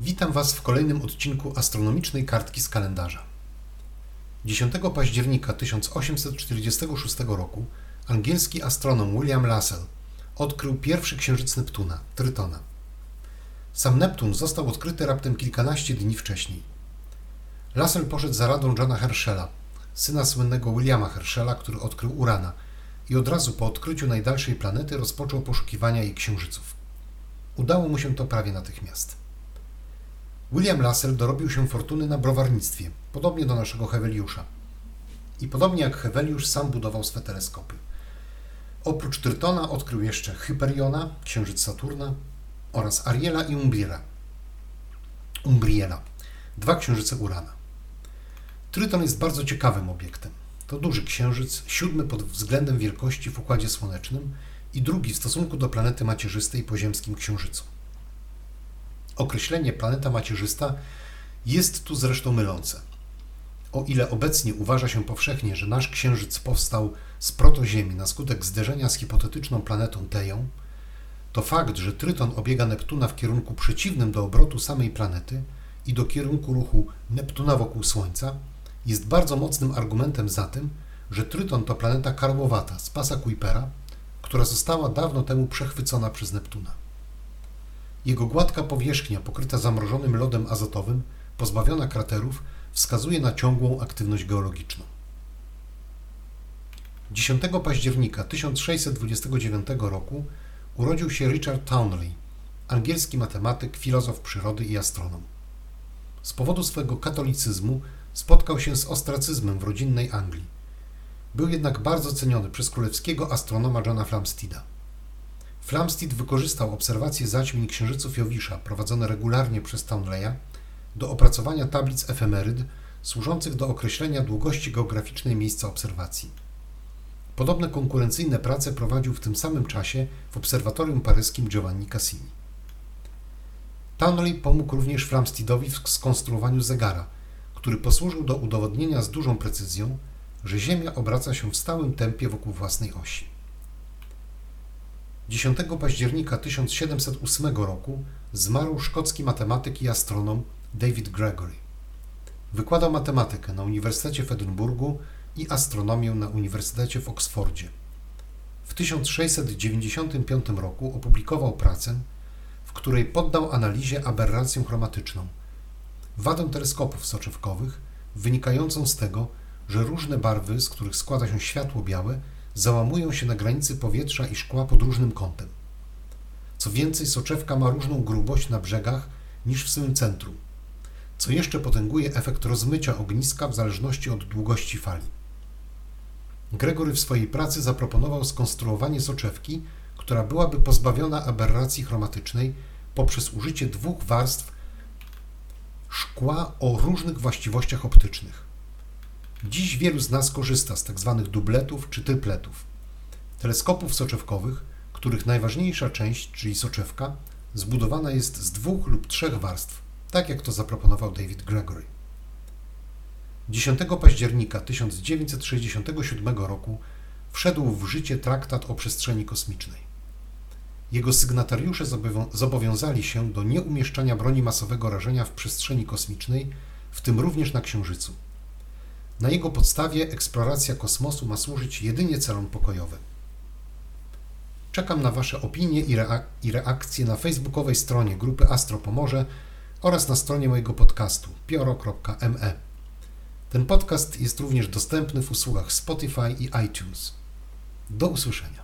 Witam Was w kolejnym odcinku astronomicznej kartki z kalendarza. 10 października 1846 roku angielski astronom William Lassell odkrył pierwszy księżyc Neptuna, Trytona. Sam Neptun został odkryty raptem kilkanaście dni wcześniej. Lassell poszedł za radą Johna Herschela, syna słynnego Williama Herschela, który odkrył Urana i od razu po odkryciu najdalszej planety rozpoczął poszukiwania jej księżyców. Udało mu się to prawie natychmiast. William Lassell dorobił się fortuny na browarnictwie, podobnie do naszego Heweliusza. I podobnie jak Heweliusz sam budował swe teleskopy. Oprócz Trytona odkrył jeszcze Hyperiona, księżyc Saturna, oraz Ariela i Umbriela, dwa księżyce Urana. Tryton jest bardzo ciekawym obiektem. To duży księżyc, 7. pod względem wielkości w Układzie Słonecznym i drugi w stosunku do planety macierzystej po ziemskim księżycu. Określenie planeta macierzysta jest tu zresztą mylące. O ile obecnie uważa się powszechnie, że nasz księżyc powstał z protoziemi na skutek zderzenia z hipotetyczną planetą Teją, to fakt, że Tryton obiega Neptuna w kierunku przeciwnym do obrotu samej planety i do kierunku ruchu Neptuna wokół Słońca, jest bardzo mocnym argumentem za tym, że Tryton to planeta karłowata z pasa Kuipera, która została dawno temu przechwycona przez Neptuna. Jego gładka powierzchnia pokryta zamrożonym lodem azotowym, pozbawiona kraterów, wskazuje na ciągłą aktywność geologiczną. 10 października 1629 roku urodził się Richard Towneley, angielski matematyk, filozof przyrody i astronom. Z powodu swego katolicyzmu spotkał się z ostracyzmem w rodzinnej Anglii. Był jednak bardzo ceniony przez królewskiego astronoma Johna Flamsteeda. Flamsteed wykorzystał obserwacje zaćmień księżyców Jowisza prowadzone regularnie przez Towneleya do opracowania tablic efemeryd służących do określenia długości geograficznej miejsca obserwacji. Podobne konkurencyjne prace prowadził w tym samym czasie w obserwatorium paryskim Giovanni Cassini. Towneley pomógł również Flamsteedowi w skonstruowaniu zegara, który posłużył do udowodnienia z dużą precyzją, że Ziemia obraca się w stałym tempie wokół własnej osi. 10 października 1708 roku zmarł szkocki matematyk i astronom David Gregory. Wykładał matematykę na Uniwersytecie w Edynburgu i astronomię na Uniwersytecie w Oksfordzie. W 1695 roku opublikował pracę, w której poddał analizie aberrację chromatyczną, wadę teleskopów soczewkowych wynikającą z tego, że różne barwy, z których składa się światło białe, załamują się na granicy powietrza i szkła pod różnym kątem. Co więcej, soczewka ma różną grubość na brzegach niż w swym centrum, co jeszcze potęguje efekt rozmycia ogniska w zależności od długości fali. Gregory w swojej pracy zaproponował skonstruowanie soczewki, która byłaby pozbawiona aberracji chromatycznej poprzez użycie dwóch warstw szkła o różnych właściwościach optycznych. Dziś wielu z nas korzysta z tzw. dubletów czy trypletów, teleskopów soczewkowych, których najważniejsza część, czyli soczewka, zbudowana jest z 2 lub 3 warstw, tak jak to zaproponował David Gregory. 10 października 1967 roku wszedł w życie traktat o przestrzeni kosmicznej. Jego sygnatariusze zobowiązali się do nieumieszczania broni masowego rażenia w przestrzeni kosmicznej, w tym również na Księżycu. Na jego podstawie eksploracja kosmosu ma służyć jedynie celom pokojowym. Czekam na Wasze opinie i reakcje na facebookowej stronie grupy Astro Pomorze oraz na stronie mojego podcastu pioro.me. Ten podcast jest również dostępny w usługach Spotify i iTunes. Do usłyszenia.